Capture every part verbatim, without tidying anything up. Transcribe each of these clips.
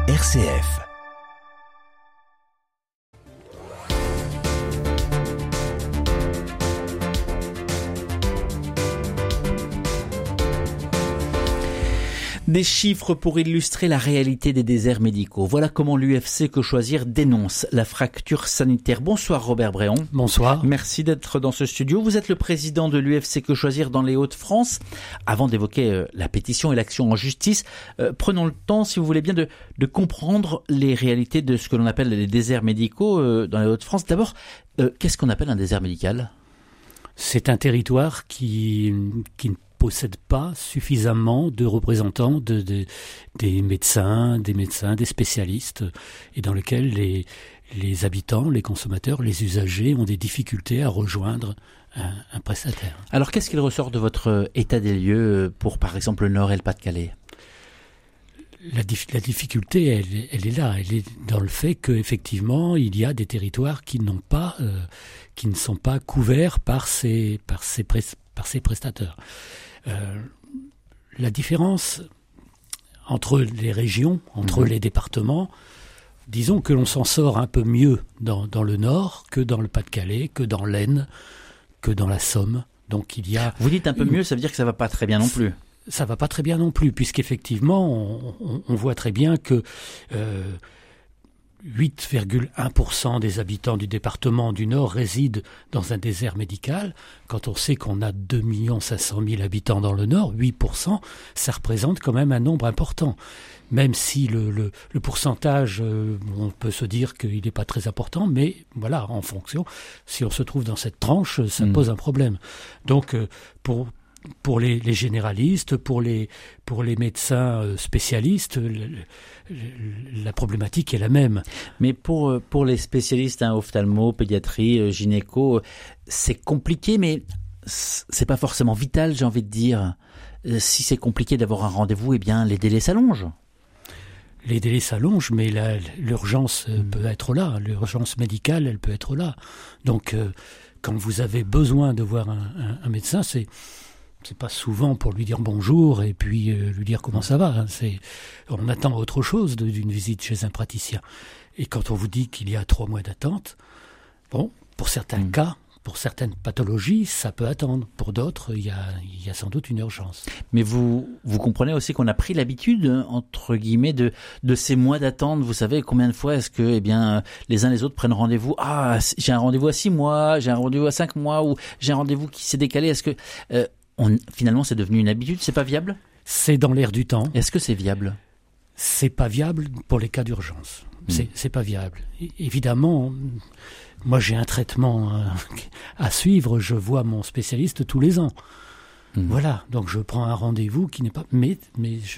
R C F. Des chiffres pour illustrer la réalité des déserts médicaux. Voilà comment l'U F C Que Choisir dénonce la fracture sanitaire. Bonsoir Robert Bréon. Bonsoir. Merci d'être dans ce studio. Vous êtes le président de l'U F C Que Choisir dans les Hauts-de-France. Avant d'évoquer euh, la pétition et l'action en justice, euh, prenons le temps, si vous voulez bien, de, de comprendre les réalités de ce que l'on appelle les déserts médicaux euh, dans les Hauts-de-France. D'abord, euh, qu'est-ce qu'on appelle un désert médical ? C'est un territoire qui, qui ne possède pas suffisamment de représentants de, de, des médecins, des médecins, des spécialistes, et dans lequel les, les habitants, les consommateurs, les usagers ont des difficultés à rejoindre un, un prestataire. Alors qu'est-ce qu'il ressort de votre état des lieux pour par exemple le Nord et le Pas-de-Calais ? La, la difficulté, elle, elle est là. Elle est dans le fait qu'effectivement, il y a des territoires qui n'ont pas, euh, qui ne sont pas couverts par ces, par ces, pres, par ces prestataires. Euh, la différence entre les régions, entre mmh. les départements, disons que l'on s'en sort un peu mieux dans, dans le Nord que dans le Pas-de-Calais, que dans l'Aisne, que dans la Somme. Donc il y a. Vous dites un peu mieux, ça veut dire que ça va pas très bien non plus. Ça va pas très bien non plus, puisqu'effectivement, on, on, on voit très bien que euh, huit virgule un pour cent des habitants du département du Nord résident dans un désert médical. Quand on sait qu'on a deux millions cinq cent mille habitants dans le Nord, huit pour cent, ça représente quand même un nombre important. Même si le, le, le pourcentage, euh, on peut se dire qu'il n'est pas très important, mais voilà, en fonction, si on se trouve dans cette tranche, ça mmh. pose un problème. Donc, euh, pour... Pour les, les généralistes, pour les, pour les médecins spécialistes, le, le, la problématique est la même. Mais pour, pour les spécialistes, hein, ophtalmo, pédiatrie, gynéco, c'est compliqué, mais c'est pas forcément vital, j'ai envie de dire. Si c'est compliqué d'avoir un rendez-vous, eh bien, les délais s'allongent. Les délais s'allongent, mais la, l'urgence mmh. peut être là. L'urgence médicale, elle peut être là. Donc, euh, quand vous avez besoin de voir un, un, un médecin, c'est... C'est pas souvent pour lui dire bonjour et puis euh, lui dire comment ça va. Hein. C'est, on attend autre chose de, d'une visite chez un praticien. Et quand on vous dit qu'il y a trois mois d'attente, bon, pour certains mmh. cas, pour certaines pathologies, ça peut attendre. Pour d'autres, il y a, il y a sans doute une urgence. Mais vous, vous comprenez aussi qu'on a pris l'habitude, entre guillemets, de, de ces mois d'attente. Vous savez combien de fois est-ce que, eh bien, les uns les autres prennent rendez-vous. Ah, j'ai un rendez-vous à six mois, j'ai un rendez-vous à cinq mois, ou j'ai un rendez-vous qui s'est décalé. Est-ce que, euh, On, finalement, c'est devenu une habitude, c'est pas viable ? C'est dans l'air du temps. Est-ce que c'est viable ? C'est pas viable pour les cas d'urgence. Mmh. C'est, c'est pas viable. Et, évidemment, moi j'ai un traitement euh, à suivre, je vois mon spécialiste tous les ans. Mmh. Voilà, donc je prends un rendez-vous qui n'est pas... Mais, mais je...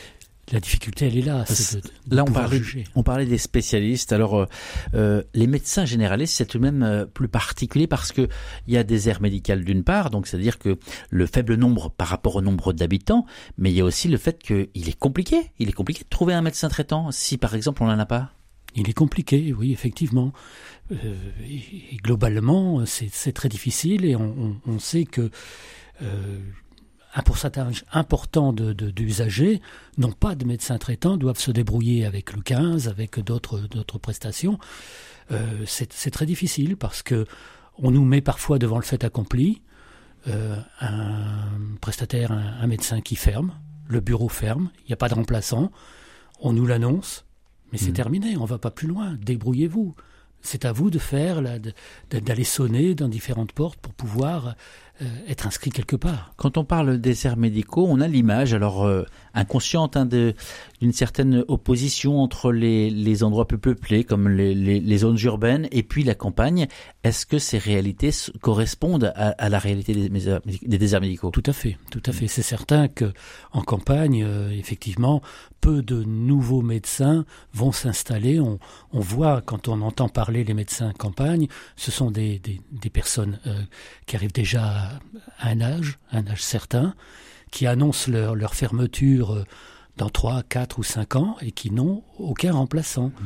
La difficulté, elle est là. C'est de, de là, on parlait, juger. on parlait des spécialistes. Alors, euh, les médecins généralistes, c'est tout de même euh, plus particulier parce que il y a des aires médicales d'une part, donc c'est-à-dire que le faible nombre par rapport au nombre d'habitants, mais il y a aussi le fait qu'il est compliqué. Il est compliqué de trouver un médecin traitant si, par exemple, on n'en a pas. Il est compliqué, oui, effectivement. Euh, et, et globalement, c'est, c'est très difficile et on, on, on sait que... Euh, un pourcentage important de, de, d'usagers n'ont pas de médecin traitant, doivent se débrouiller avec le quinze, avec d'autres, d'autres prestations. Euh, c'est, c'est très difficile parce que on nous met parfois devant le fait accompli. Euh, un prestataire, un, un médecin qui ferme, le bureau ferme, il n'y a pas de remplaçant, on nous l'annonce, mais c'est mmh. terminé, on ne va pas plus loin, débrouillez-vous. C'est à vous de faire, là, de, de, d'aller sonner dans différentes portes pour pouvoir euh, être inscrit quelque part. Quand on parle des déserts médicaux, on a l'image, alors euh, inconsciente, hein, de, d'une certaine opposition entre les, les endroits peu peuplés, comme les, les, les zones urbaines, et puis la campagne. Est-ce que ces réalités correspondent à, à la réalité des, des déserts médicaux ? Tout à fait, tout à fait. C'est certain qu'en campagne, euh, effectivement, peu de nouveaux médecins vont s'installer. On, on voit, quand on entend parler les médecins campagne, ce sont des, des, des personnes euh, qui arrivent déjà à, à un âge, un âge certain, qui annoncent leur, leur fermeture euh, dans trois, quatre ou cinq ans et qui n'ont aucun remplaçant. Mmh.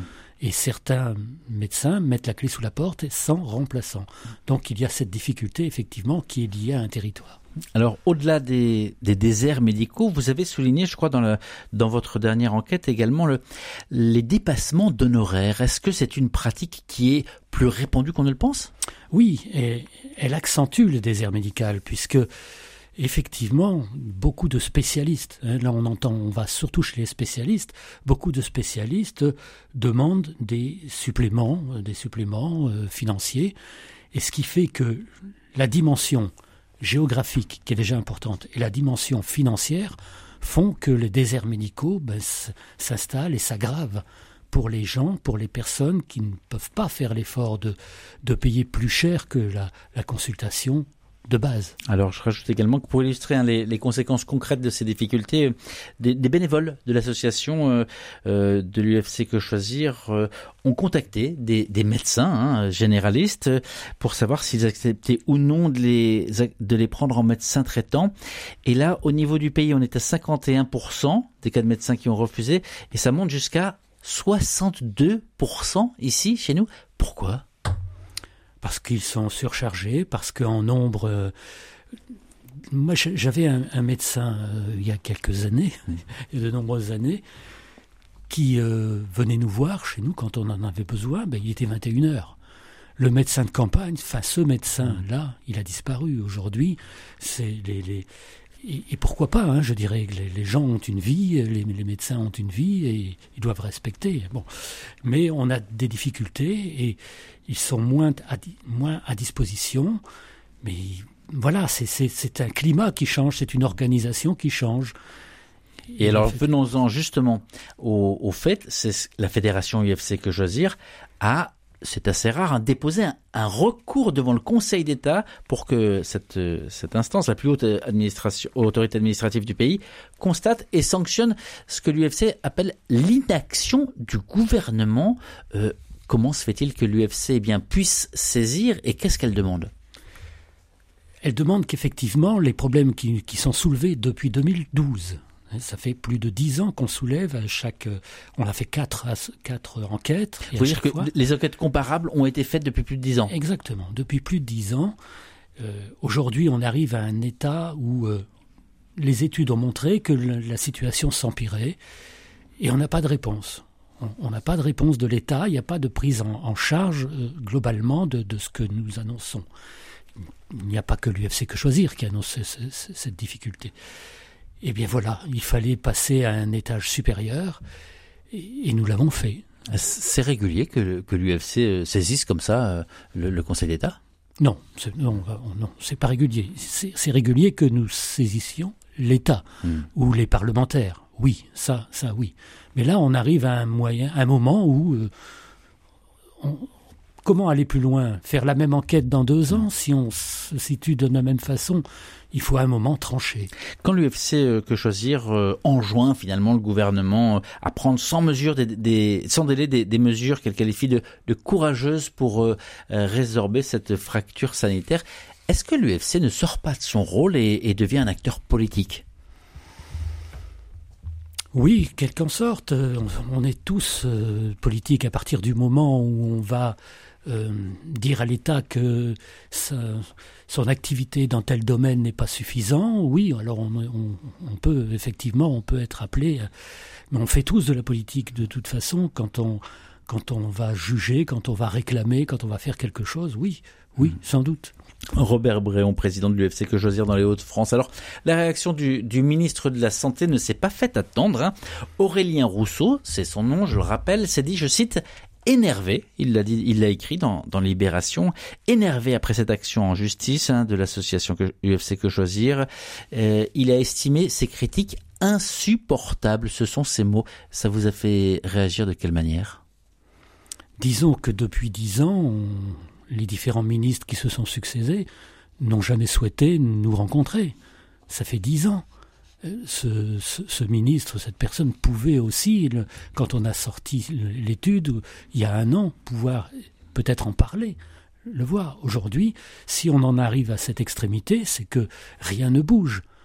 Et certains médecins mettent la clé sous la porte sans remplaçant. Donc il y a cette difficulté effectivement qui est liée à un territoire. Alors, au-delà des, des déserts médicaux, vous avez souligné, je crois, dans, le, dans votre dernière enquête également, le, les dépassements d'honoraires. Est-ce que c'est une pratique qui est plus répandue qu'on ne le pense ? Oui, et elle accentue le désert médical, puisque, effectivement, beaucoup de spécialistes, hein, là on entend, on va surtout chez les spécialistes, beaucoup de spécialistes demandent des suppléments, des suppléments euh, financiers, et ce qui fait que la dimension géographique, qui est déjà importante, et la dimension financière font que les déserts médicaux ben, s'installent et s'aggravent pour les gens, pour les personnes qui ne peuvent pas faire l'effort de, de payer plus cher que la, la consultation de base. Alors, je rajoute également que pour illustrer hein, les, les conséquences concrètes de ces difficultés, euh, des, des bénévoles de l'association euh, euh, de l'U F C Que Choisir euh, ont contacté des, des médecins hein, généralistes euh, pour savoir s'ils acceptaient ou non de les, de les prendre en médecin traitant. Et là, au niveau du pays, on est à cinquante et un pour cent des cas de médecins qui ont refusé et ça monte jusqu'à soixante-deux pour cent ici, chez nous. Pourquoi ? Parce qu'ils sont surchargés, parce qu'en nombre... Euh, moi, j'avais un, un médecin euh, il y a quelques années, il y a de nombreuses années, qui euh, venait nous voir chez nous quand on en avait besoin. Ben, il était vingt et une heures. Le médecin de campagne, enfin ce médecin-là, il a disparu. Aujourd'hui, c'est les... les Et, et pourquoi pas, hein, je dirais que les, les gens ont une vie, les, les médecins ont une vie et ils doivent respecter. Bon. Mais on a des difficultés et ils sont moins à, moins à disposition. Mais voilà, c'est, c'est, c'est un climat qui change, c'est une organisation qui change. Et, et alors, fait... venons-en justement au, au fait, c'est la fédération U F C Que Choisir a... c'est assez rare, hein, déposer un, un recours devant le Conseil d'État pour que cette, cette instance, la plus haute administration, autorité administrative du pays, constate et sanctionne ce que l'U F C appelle l'inaction du gouvernement. Euh, comment se fait-il que l'U F C eh bien, puisse saisir et qu'est-ce qu'elle demande ? Elle demande qu'effectivement, les problèmes qui, qui sont soulevés depuis deux mille douze... Ça fait plus de dix ans qu'on soulève à chaque... On a fait quatre, quatre enquêtes. Il faut dire que fois, les enquêtes comparables ont été faites depuis plus de dix ans. Exactement, depuis plus de dix ans. Euh, aujourd'hui, on arrive à un état où euh, les études ont montré que la, la situation s'empirait et on n'a pas de réponse. On n'a pas de réponse de l'État, il n'y a pas de prise en, en charge euh, globalement de, de ce que nous annonçons. Il n'y a pas que l'U F C Que Choisir qui annonce c- c- cette difficulté. Eh bien voilà, il fallait passer à un étage supérieur et, et nous l'avons fait. C'est régulier que, que l'U F C saisisse comme ça le, le Conseil d'État ? Non, c'est, non, non, c'est pas régulier. C'est, c'est régulier que nous saisissions l'État mmh. ou les parlementaires. Oui, ça, ça, oui. Mais là, on arrive à un moyen, un moment où euh, on, comment aller plus loin ? Faire la même enquête dans deux ans, si on se situe de la même façon, il faut à un moment trancher. Quand l'U F C Que Choisir euh, enjoint finalement le gouvernement euh, à prendre sans mesure, des, des, sans délai des, des mesures qu'elle qualifie de, de courageuses pour euh, résorber cette fracture sanitaire, est-ce que l'U F C ne sort pas de son rôle et, et devient un acteur politique ? Oui, quelque sorte. On est tous euh, politiques à partir du moment où on va euh, dire à l'État que sa, son activité dans tel domaine n'est pas suffisant. Oui, alors on, on, on peut effectivement, on peut être appelé, mais on fait tous de la politique de toute façon quand on quand on va juger, quand on va réclamer, quand on va faire quelque chose. Oui, oui, mmh. sans doute. Robert Bréon, président de l'U F C Que Choisir dans les Hauts-de-France. Alors, la réaction du, du ministre de la Santé ne s'est pas faite attendre. Hein. Aurélien Rousseau, c'est son nom, je le rappelle, s'est dit, je cite, énervé, il l'a dit, il l'a écrit dans, dans Libération, énervé après cette action en justice hein, de l'association que, U F C Que Choisir. Euh, il a estimé ces critiques insupportables. Ce sont ces mots. Ça vous a fait réagir de quelle manière ? Disons que depuis dix ans, on... les différents ministres qui se sont succédés n'ont jamais souhaité nous rencontrer. Ça fait dix ans. Ce, ce, ce ministre, cette personne pouvait aussi, le, quand on a sorti l'étude, il y a un an, pouvoir peut-être en parler, le voir. Aujourd'hui, si on en arrive à cette extrémité, c'est que rien ne bouge.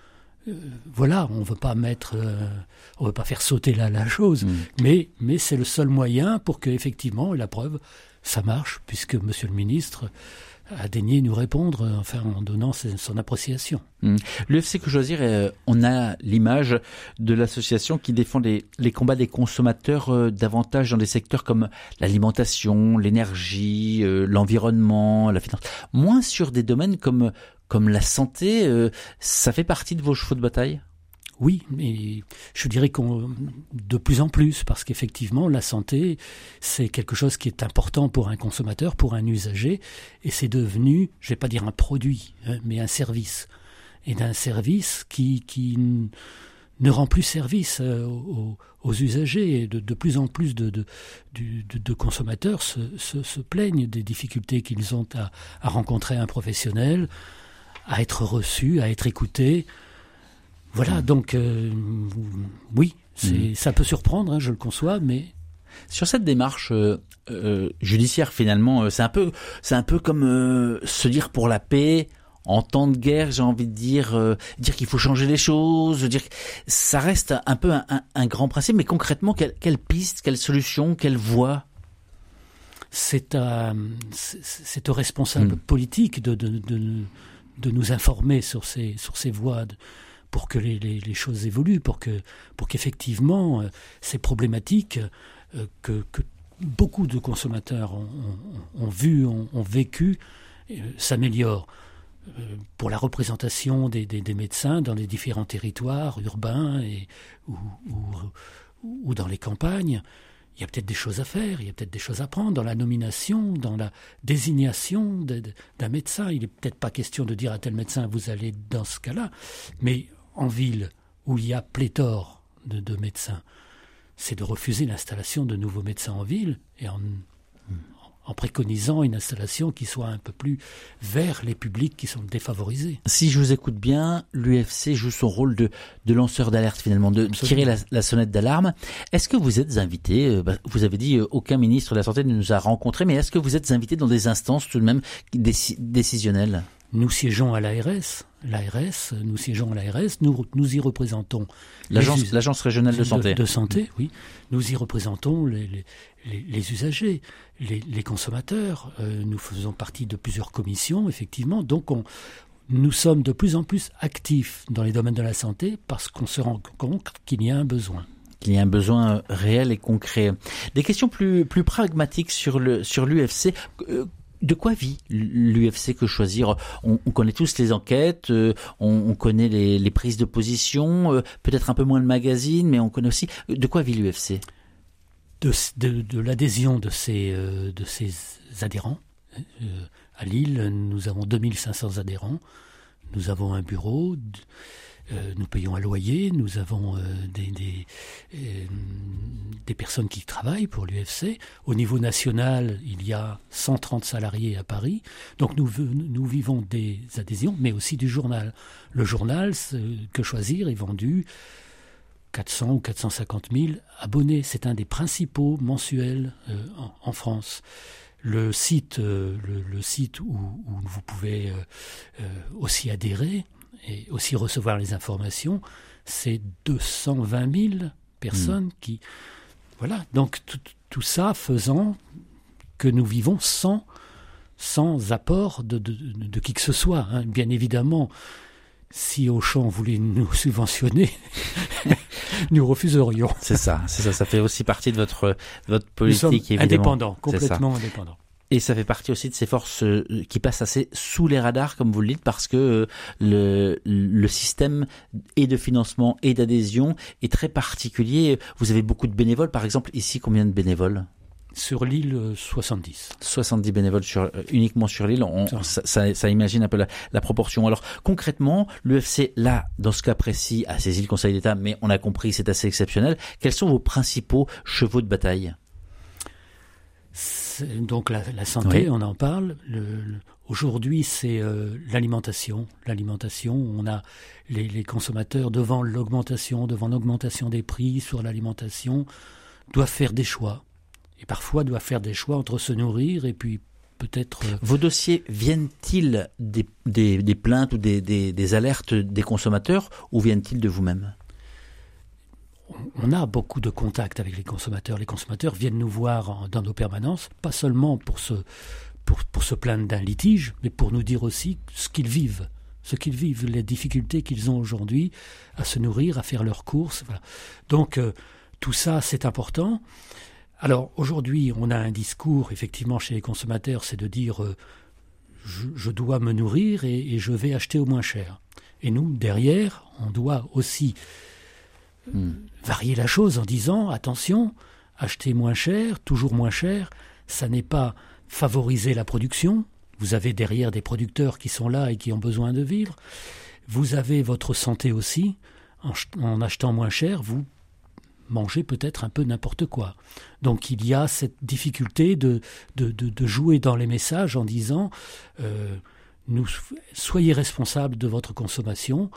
euh, voilà, on veut pas mettre, euh, on veut pas faire sauter la, la chose, mmh. mais mais c'est le seul moyen pour que effectivement, la preuve, ça marche, puisque Monsieur le ministre a daigné nous répondre, enfin en donnant son appréciation. Mmh. L'U F C Que Choisir, euh, on a l'image de l'association qui défend les, les combats des consommateurs euh, davantage dans des secteurs comme l'alimentation, l'énergie, euh, l'environnement, la finance, moins sur des domaines comme comme la santé. Euh, ça fait partie de vos chevaux de bataille ? Oui, mais je dirais qu'on de plus en plus, parce qu'effectivement, la santé, c'est quelque chose qui est important pour un consommateur, pour un usager, et c'est devenu, je vais pas dire un produit, hein, mais un service. Et d'un service qui, qui ne rend plus service euh, aux, aux usagers. Et de, de plus en plus de, de, de, de consommateurs se, se, se plaignent des difficultés qu'ils ont à, à rencontrer un professionnel, à être reçus, à être écoutés. Voilà, donc euh, oui, c'est, mmh. ça peut surprendre, hein, je le conçois, mais sur cette démarche euh, euh, judiciaire, finalement, euh, c'est un peu, c'est un peu comme euh, se dire pour la paix en temps de guerre. J'ai envie de dire, euh, dire qu'il faut changer les choses, dire que ça reste un peu un, un, un grand principe, mais concrètement, quelle, quelle piste, quelle solution, quelle voie? C'est à, c'est, c'est aux responsables mmh. politiques de, de, de, de nous informer sur ces, sur ces voies. De, pour que les, les, les choses évoluent, pour, que, pour qu'effectivement euh, ces problématiques euh, que, que beaucoup de consommateurs ont, ont, ont vues, ont, ont vécues, euh, s'améliorent. Euh, pour la représentation des, des, des médecins dans les différents territoires urbains et, ou, ou, ou dans les campagnes, il y a peut-être des choses à faire, il y a peut-être des choses à prendre dans la nomination, dans la désignation de, de, d'un médecin. Il n'est peut-être pas question de dire à tel médecin, vous allez dans ce cas-là, mais en ville, où il y a pléthore de, de médecins, c'est de refuser l'installation de nouveaux médecins en ville et en, en préconisant une installation qui soit un peu plus vers les publics qui sont défavorisés. Si je vous écoute bien, l'U F C joue son rôle de, de lanceur d'alerte finalement, de Absolument. tirer la, la sonnette d'alarme. Est-ce que vous êtes invité, vous avez dit aucun ministre de la Santé ne nous a rencontrés, mais est-ce que vous êtes invité dans des instances tout de même déci- décisionnelles ? Nous siégeons à l'A R S, l'A R S, nous siégeons à l'A R S, nous, nous y représentons l'agence, us- l'agence régionale de santé. De, de santé, oui. Nous y représentons les, les, les, les usagers, les, les consommateurs. Euh, nous faisons partie de plusieurs commissions, effectivement. Donc, on, nous sommes de plus en plus actifs dans les domaines de la santé parce qu'on se rend compte qu'il y a un besoin. Qu'il y a un besoin réel et concret. Des questions plus, plus pragmatiques sur le, sur l'U F C. Euh, De quoi vit l'U F C Que Choisir ? on, on connaît tous les enquêtes, euh, on, on connaît les, les prises de position, euh, peut-être un peu moins le magazine, mais on connaît aussi... De quoi vit l'U F C ? de, de, de l'adhésion de ses, euh, de ses adhérents. Euh, à Lille, nous avons deux mille cinq cents adhérents. Nous avons un bureau... De, Euh, nous payons un loyer, nous avons euh, des, des, euh, des personnes qui travaillent pour l'U F C. Au niveau national, il y a cent trente salariés à Paris. Donc nous, nous vivons des adhésions, mais aussi du journal. Le journal Que Choisir est vendu quatre cents ou quatre cent cinquante mille abonnés. C'est un des principaux mensuels euh, en, en France. Le site, euh, le, le site où, où vous pouvez euh, euh, aussi adhérer, et aussi recevoir les informations, c'est deux cent vingt mille personnes mmh. qui... Voilà, donc tout, tout ça faisant que nous vivons sans, sans apport de, de, de, de qui que ce soit. Hein. Bien évidemment, si Auchan voulait nous subventionner, nous refuserions. C'est ça, c'est ça, ça fait aussi partie de votre, de votre politique, nous sommes évidemment. Indépendants, complètement indépendants. Et ça fait partie aussi de ces forces qui passent assez sous les radars, comme vous le dites, parce que le, le système et de financement et d'adhésion est très particulier. Vous avez beaucoup de bénévoles, par exemple, ici, combien de bénévoles ? Sur l'île, soixante-dix. soixante-dix bénévoles sur, uniquement sur l'île. On, ça, ça, ça imagine un peu la, la proportion. Alors, concrètement, l'U F C, là, dans ce cas précis, a saisi le Conseil d'État, mais on a compris, c'est assez exceptionnel. Quels sont vos principaux chevaux de bataille ? C'est donc la, la santé, oui. On en parle. Le, le, aujourd'hui, c'est euh, l'alimentation. L'alimentation, on a les, les consommateurs devant l'augmentation, devant l'augmentation des prix sur l'alimentation, doivent faire des choix. Et parfois doivent faire des choix entre se nourrir et puis peut-être... Euh... Vos dossiers viennent-ils des, des, des plaintes ou des, des, des alertes des consommateurs ou viennent-ils de vous-même ? On a beaucoup de contacts avec les consommateurs. Les consommateurs viennent nous voir en, dans nos permanences, pas seulement pour se, pour, pour se plaindre d'un litige, mais pour nous dire aussi ce qu'ils vivent. ce qu'ils vivent, les difficultés qu'ils ont aujourd'hui à se nourrir, à faire leurs courses. Voilà. Donc, euh, tout ça, c'est important. Alors, aujourd'hui, on a un discours, effectivement, chez les consommateurs, c'est de dire euh, je, je dois me nourrir et, et je vais acheter au moins cher. Et nous, derrière, on doit aussi mmh. varier la chose en disant attention, acheter moins cher, toujours moins cher, ça n'est pas favoriser la production. Vous avez derrière des producteurs qui sont là et qui ont besoin de vivre. Vous avez votre santé aussi. En, en achetant moins cher, vous mangez peut-être un peu n'importe quoi. Donc il y a cette difficulté de, de, de, de jouer dans les messages en disant euh, nous, soyez responsables de votre consommation.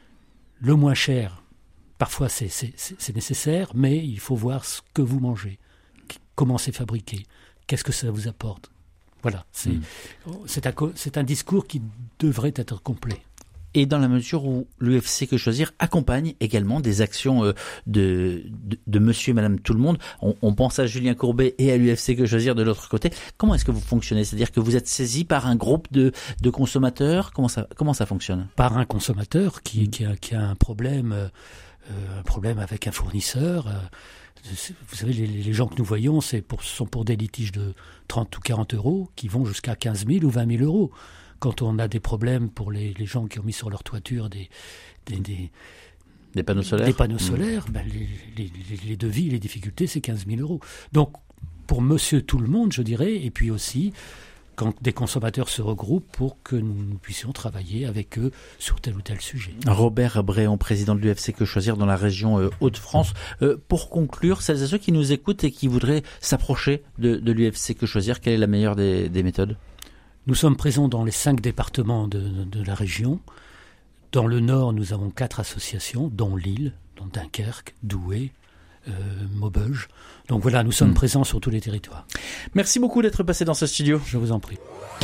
Le moins cher, parfois c'est, c'est, c'est nécessaire, mais il faut voir ce que vous mangez, comment c'est fabriqué, qu'est-ce que ça vous apporte. Voilà, c'est, mmh. c'est, un, c'est un discours qui devrait être complet. Et dans la mesure où l'U F C Que Choisir accompagne également des actions euh, de, de, de monsieur et madame tout le monde, on, on pense à Julien Courbet et à l'U F C Que Choisir de l'autre côté. Comment est-ce que vous fonctionnez ? C'est-à-dire que vous êtes saisi par un groupe de, de consommateurs ? Comment ça, comment ça fonctionne ? Par un consommateur qui, mmh. qui, a, qui a un problème, euh, un problème avec un fournisseur. Euh, Vous savez, les, les gens que nous voyons, c'est pour, sont pour des litiges de trente ou quarante euros qui vont jusqu'à quinze mille ou vingt mille euros. Quand on a des problèmes pour les, les gens qui ont mis sur leur toiture des, des, des, des panneaux solaires, des panneaux solaires mmh. ben les, les, les, les devis, les difficultés, c'est quinze mille euros. Donc, pour monsieur tout le monde, je dirais, et puis aussi quand des consommateurs se regroupent pour que nous puissions travailler avec eux sur tel ou tel sujet. Robert Bréon, président de l'U F C Que Choisir dans la région euh, Hauts-de-France. Euh, pour conclure, celles et ceux qui nous écoutent et qui voudraient s'approcher de, de l'U F C Que Choisir, quelle est la meilleure des, des méthodes ? Nous sommes présents dans les cinq départements de, de, de la région. Dans le nord, nous avons quatre associations, dont Lille, dont Dunkerque, Douai, Euh, Maubeuge. Donc voilà, nous sommes mmh. présents sur tous les territoires. Merci beaucoup d'être passé dans ce studio. Je vous en prie.